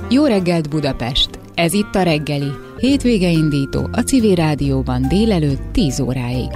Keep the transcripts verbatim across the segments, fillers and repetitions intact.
Jó reggelt Budapest! Ez itt a reggeli, hétvége indító a Civil Rádióban délelőtt tíz óráig.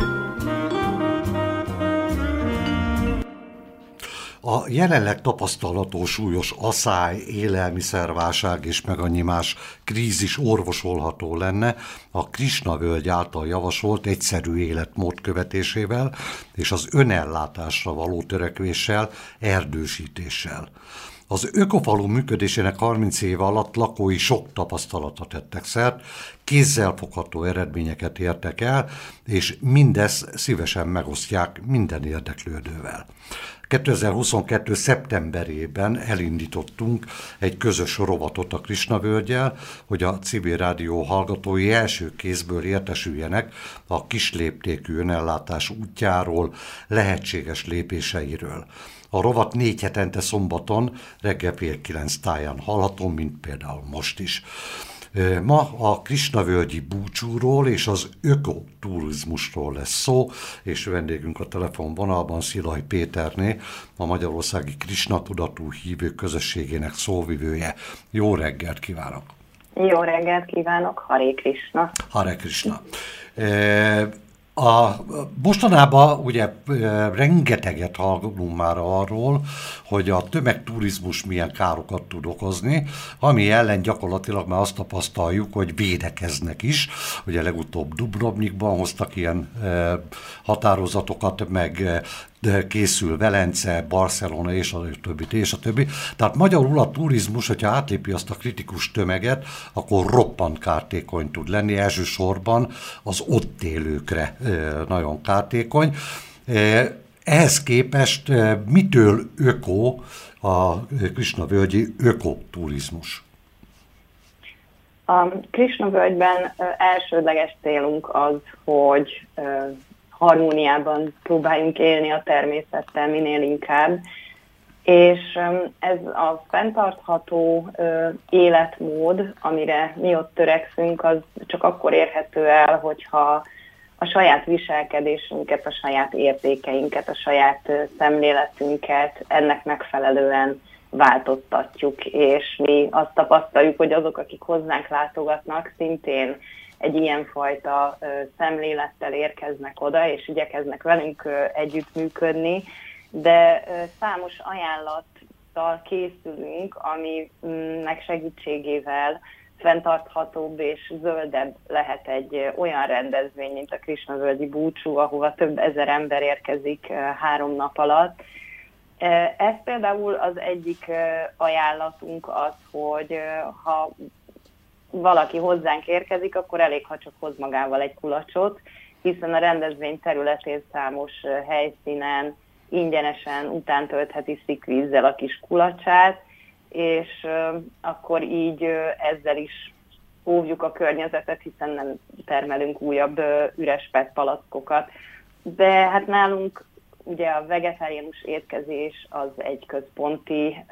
A jelenleg tapasztalható súlyos aszály, élelmiszerválság és meg annyi más krízis orvosolható lenne a Krisna-völgy által javasolt egyszerű életmód követésével és az önellátásra való törekvéssel, erdősítéssel. Az ökofalu működésének harminc év alatt lakói sok tapasztalatra tettek szert, kézzelfogható eredményeket értek el, és mindezt szívesen megosztják minden érdeklődővel. kétezer-huszonkettő. szeptemberében elindítottunk egy közös rovatot a Krisna-völggyel, hogy a Civil Rádió hallgatói első kézből értesüljenek a kisléptékű önellátás útjáról, lehetséges lépéseiről. A rovat négy hetente szombaton reggel fél kilenc táján hallható, mint például most is. Ma a Krisna-völgyi búcsúról és az ökoturizmusról lesz szó, és vendégünk a telefonvonalban Szilaj Péterné, a Magyarországi Krisna Tudatú Hívők Közösségének szóvivője. Jó reggelt kívánok! Jó reggelt kívánok, Hare Krishna! Hare Krishna! E- A, mostanában ugye rengeteget hallunk már arról, hogy a tömegturizmus milyen károkat tud okozni, ami ellen gyakorlatilag már azt tapasztaljuk, hogy védekeznek is. Ugye legutóbb Dubrovnikban hoztak ilyen e, határozatokat, meg de készül Velence, Barcelona és a többi, és a többi. Tehát magyarul a turizmus, hogyha átlépi azt a kritikus tömeget, akkor roppant kártékony tud lenni, elsősorban az ott élőkre nagyon kártékony. Ehhez képest mitől öko a Krisna-völgyi ökoturizmus? A Krisna-völgyben elsődleges célunk az, hogy harmóniában próbáljunk élni a természettel minél inkább, és ez a fenntartható életmód, amire mi ott törekszünk, az csak akkor érhető el, hogyha a saját viselkedésünket, a saját értékeinket, a saját szemléletünket ennek megfelelően változtatjuk, és mi azt tapasztaljuk, hogy azok, akik hozzánk látogatnak, szintén egy ilyenfajta ö, szemlélettel érkeznek oda, és igyekeznek velünk ö, együttműködni, de ö, számos ajánlattal készülünk, aminek segítségével fenntarthatóbb és zöldebb lehet egy ö, olyan rendezvény, mint a Krisna-völgyi búcsú, ahova több ezer ember érkezik ö, három nap alatt. Ez például az egyik ö, ajánlatunk az, hogy ö, ha valaki hozzánk érkezik, akkor elég, ha csak hoz magával egy kulacsot, hiszen a rendezvény területén számos helyszínen ingyenesen utántöltheti szikvízzel a kis kulacsát, és akkor így ezzel is óvjuk a környezetet, hiszen nem termelünk újabb üres pé e té palackokat. De hát nálunk ugye a vegetáriánus étkezés az egy központi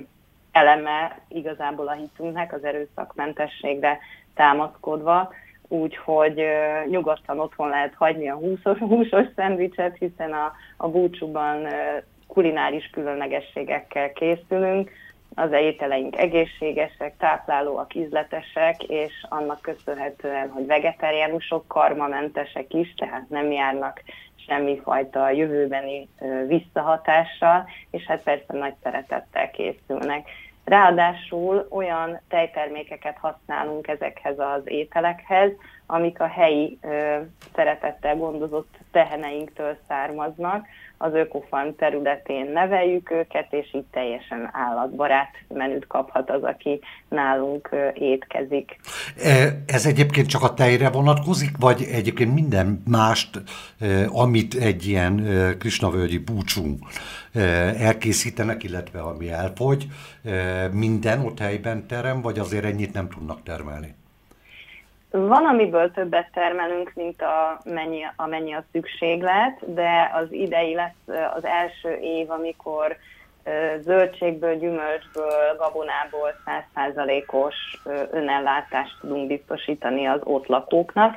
eleme igazából a hitünknek, az erőszakmentességre támaszkodva, úgyhogy uh, nyugodtan otthon lehet hagyni a húsos, húsos szendvicset, hiszen a, a búcsúban uh, kulináris különlegességekkel készülünk, az ételeink egészségesek, táplálóak, ízletesek, és annak köszönhetően, hogy vegetáriánusok, karmamentesek is, tehát nem járnak semmifajta jövőbeni uh, visszahatással, és hát persze nagy szeretettel készülnek. Ráadásul olyan tejtermékeket használunk ezekhez az ételekhez, amik a helyi ö, szeretettel gondozott teheneinktől származnak, az ökofarm területén neveljük őket, és így teljesen állatbarát menüt kaphat az, aki nálunk ö, étkezik. Ez egyébként csak a tejre vonatkozik, vagy egyébként minden mást, amit egy ilyen Krisna-völgyi búcsún elkészítenek, illetve ami elfogy, minden ott helyben terem, vagy azért ennyit nem tudnak termelni? Van, amiből többet termelünk, mint a mennyi, amennyi a szükséglet, de az idei lesz az első év, amikor zöldségből, gyümölcsből, gabonából száz százalékos önellátást tudunk biztosítani az ott lakóknak,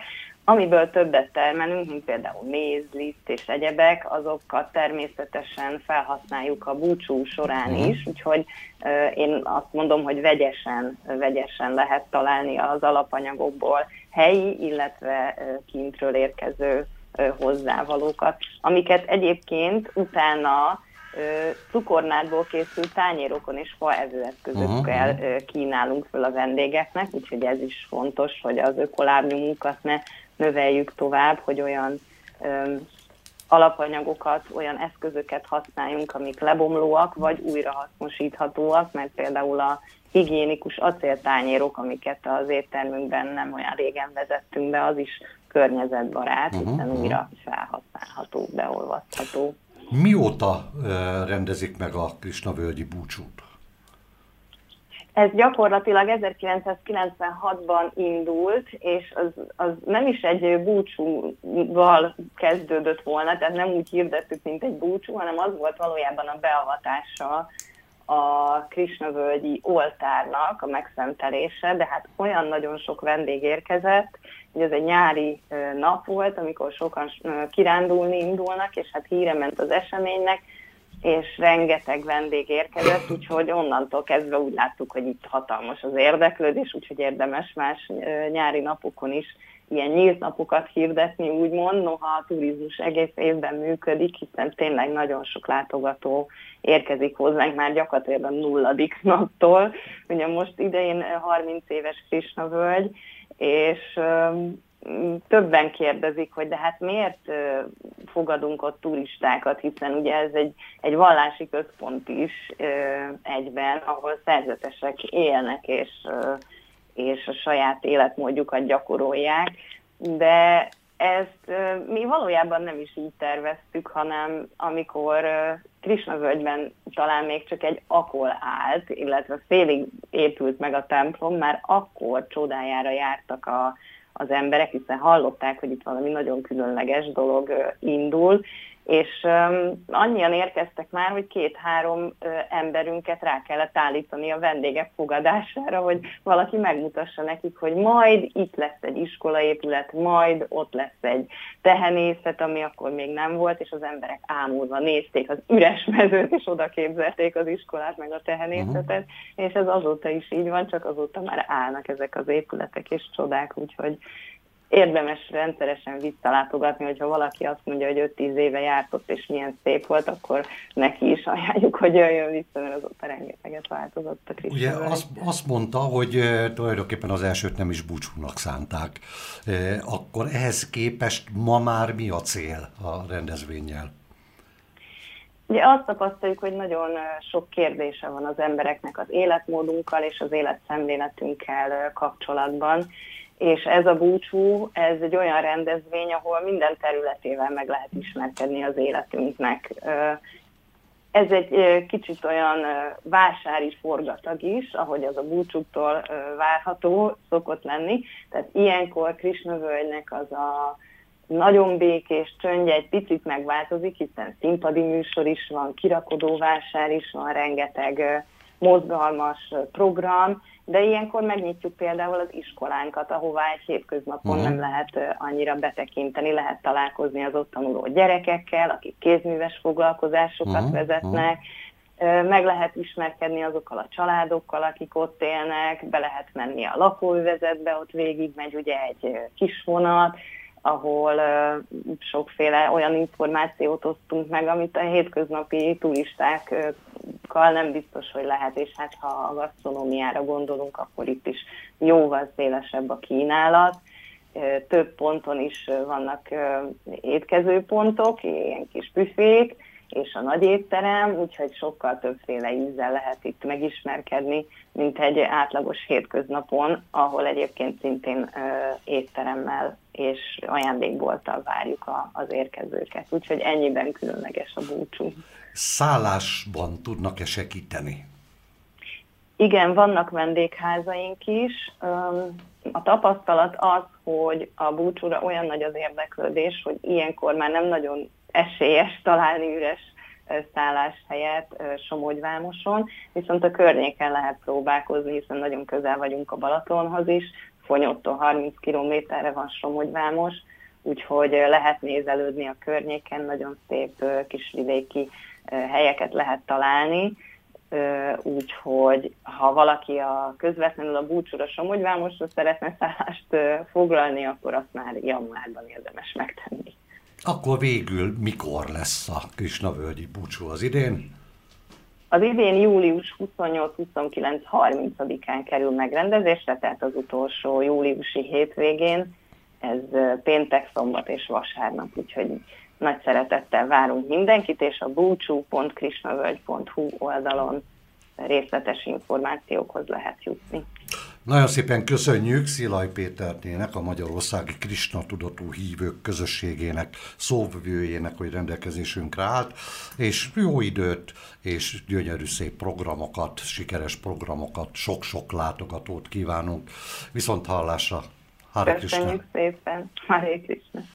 Amiből többet termelünk, mint például méz, liszt és egyebek, azokat természetesen felhasználjuk a búcsú során is, úgyhogy uh, én azt mondom, hogy vegyesen, vegyesen lehet találni az alapanyagokból helyi, illetve uh, kintről érkező uh, hozzávalókat, amiket egyébként utána uh, cukornádból készült tányérokon és faevőeszközökkel uh, kínálunk föl a vendégeknek, úgyhogy ez is fontos, hogy az ökolábnyomunkat ne növeljük tovább, hogy olyan ö, alapanyagokat, olyan eszközöket használjunk, amik lebomlóak, vagy újrahasznosíthatóak, mert például a higiénikus acéltányérok, amiket az éttermünkben nem olyan régen vezettünk be, az is környezetbarát, hiszen uh-huh. újra felhasználható, beolvasztható. Mióta uh, rendezik meg a Krisnavölgyi búcsút? Ez gyakorlatilag ezerkilencszázkilencvenhatban indult, és az, az nem is egy búcsúval kezdődött volna, tehát nem úgy hirdettük, mint egy búcsú, hanem az volt valójában a beavatása a Krisnavölgyi oltárnak a megszentelése, de hát olyan nagyon sok vendég érkezett, hogy ez egy nyári nap volt, amikor sokan kirándulni indulnak, és hát híre ment az eseménynek, és rengeteg vendég érkezett, úgyhogy onnantól kezdve úgy láttuk, hogy itt hatalmas az érdeklődés, úgyhogy érdemes más nyári napokon is ilyen nyílt napokat hirdetni, úgymond, noha a turizmus egész évben működik, hiszen tényleg nagyon sok látogató érkezik hozzánk már gyakorlatilag a nulladik naptól. Ugye most idején harminc éves Krisnavölgy, és többen kérdezik, hogy de hát miért fogadunk ott turistákat, hiszen ugye ez egy, egy vallási központ is egyben, ahol szerzetesek élnek és, és a saját életmódjukat gyakorolják, de ezt mi valójában nem is így terveztük, hanem amikor Krisnavölgyben talán még csak egy akol állt, illetve félig épült meg a templom, már akkor csodájára jártak a az emberek, hiszen hallották, hogy itt valami nagyon különleges dolog indul, és um, annyian érkeztek már, hogy két-három uh, emberünket rá kellett állítani a vendégek fogadására, hogy valaki megmutassa nekik, hogy majd itt lesz egy iskolaépület, majd ott lesz egy tehenészet, ami akkor még nem volt, és az emberek ámulva nézték az üres mezőt, és oda képzelték az iskolát, meg a tehenészetet, uh-huh. és ez azóta is így van, csak azóta már állnak ezek az épületek és csodák, úgyhogy érdemes rendszeresen visszalátogatni, hogyha valaki azt mondja, hogy öt-tíz éve járt ott, és milyen szép volt, akkor neki is ajánljuk, hogy jöjjön vissza, mert azóta rengeteget változott a Krisnavölgy. Ugye azt, azt mondta, hogy e, tulajdonképpen az elsőt nem is búcsúnak szánták. E, akkor ehhez képest ma már mi a cél a rendezvénnyel? Ugye azt tapasztaljuk, hogy nagyon sok kérdése van az embereknek az életmódunkkal és az életszemléletünkkel kapcsolatban, és ez a búcsú, ez egy olyan rendezvény, ahol minden területével meg lehet ismerkedni az életünknek. Ez egy kicsit olyan vásári forgatag is, ahogy az a búcsúktól várható szokott lenni. Tehát ilyenkor Krisnavölgynek az a nagyon békés csöndje egy picit megváltozik, hiszen színpadi műsor is van, kirakodóvásár is van, rengeteg mozgalmas program, de ilyenkor megnyitjuk például az iskolánkat, ahová egy hétköznapon uh-huh. nem lehet annyira betekinteni, lehet találkozni az ott tanuló gyerekekkel, akik kézműves foglalkozásokat uh-huh. vezetnek, meg lehet ismerkedni azokkal a családokkal, akik ott élnek, be lehet menni a lakóövezetbe, ott végig megy ugye egy kis vonat, ahol uh, sokféle olyan információt osztunk meg, amit a hétköznapi turistákkal nem biztos, hogy lehet, és hát ha a gasztronómiára gondolunk, akkor itt is jóval szélesebb a kínálat. Uh, több ponton is uh, vannak uh, étkezőpontok, ilyen kis büfék, és a nagy étterem, úgyhogy sokkal többféle ízzel lehet itt megismerkedni, mint egy átlagos hétköznapon, ahol egyébként szintén uh, étteremmel és ajándékbolttal várjuk a, az érkezőket. Úgyhogy ennyiben különleges a búcsú. Szállásban tudnak-e segíteni? Igen, vannak vendégházaink is. A tapasztalat az, hogy a búcsúra olyan nagy az érdeklődés, hogy ilyenkor már nem nagyon esélyes találni üres szálláshelyet Somogyvámoson, viszont a környéken lehet próbálkozni, hiszen nagyon közel vagyunk a Balatonhoz is. Fonyottól harminc kilométerre van Somogyvámos, úgyhogy lehet nézelődni a környéken, nagyon szép kis vidéki helyeket lehet találni, úgyhogy ha valaki a közvetlenül a búcsúra Somogyvámosra szeretne szállást foglalni, akkor azt már januárban érdemes megtenni. Akkor végül mikor lesz a Krisnavölgyi búcsú az idén? Az idén július huszonnyolc, huszonkilenc, harmincadikán kerül megrendezésre, tehát az utolsó júliusi hétvégén, ez péntek, szombat és vasárnap, úgyhogy nagy szeretettel várunk mindenkit, és a búcsú pont krisnavölgy pont hu oldalon részletes információkhoz lehet jutni. Nagyon szépen köszönjük Szilaj Péternének, a Magyarországi Krisna Tudatú Hívők Közösségének szóvivőjének, hogy rendelkezésünkre állt, és jó időt és gyönyörű szép programokat, sikeres programokat, sok-sok látogatót kívánunk. Viszont hallásra! Hare Krishna! Köszönjük szépen! Hare Krishna!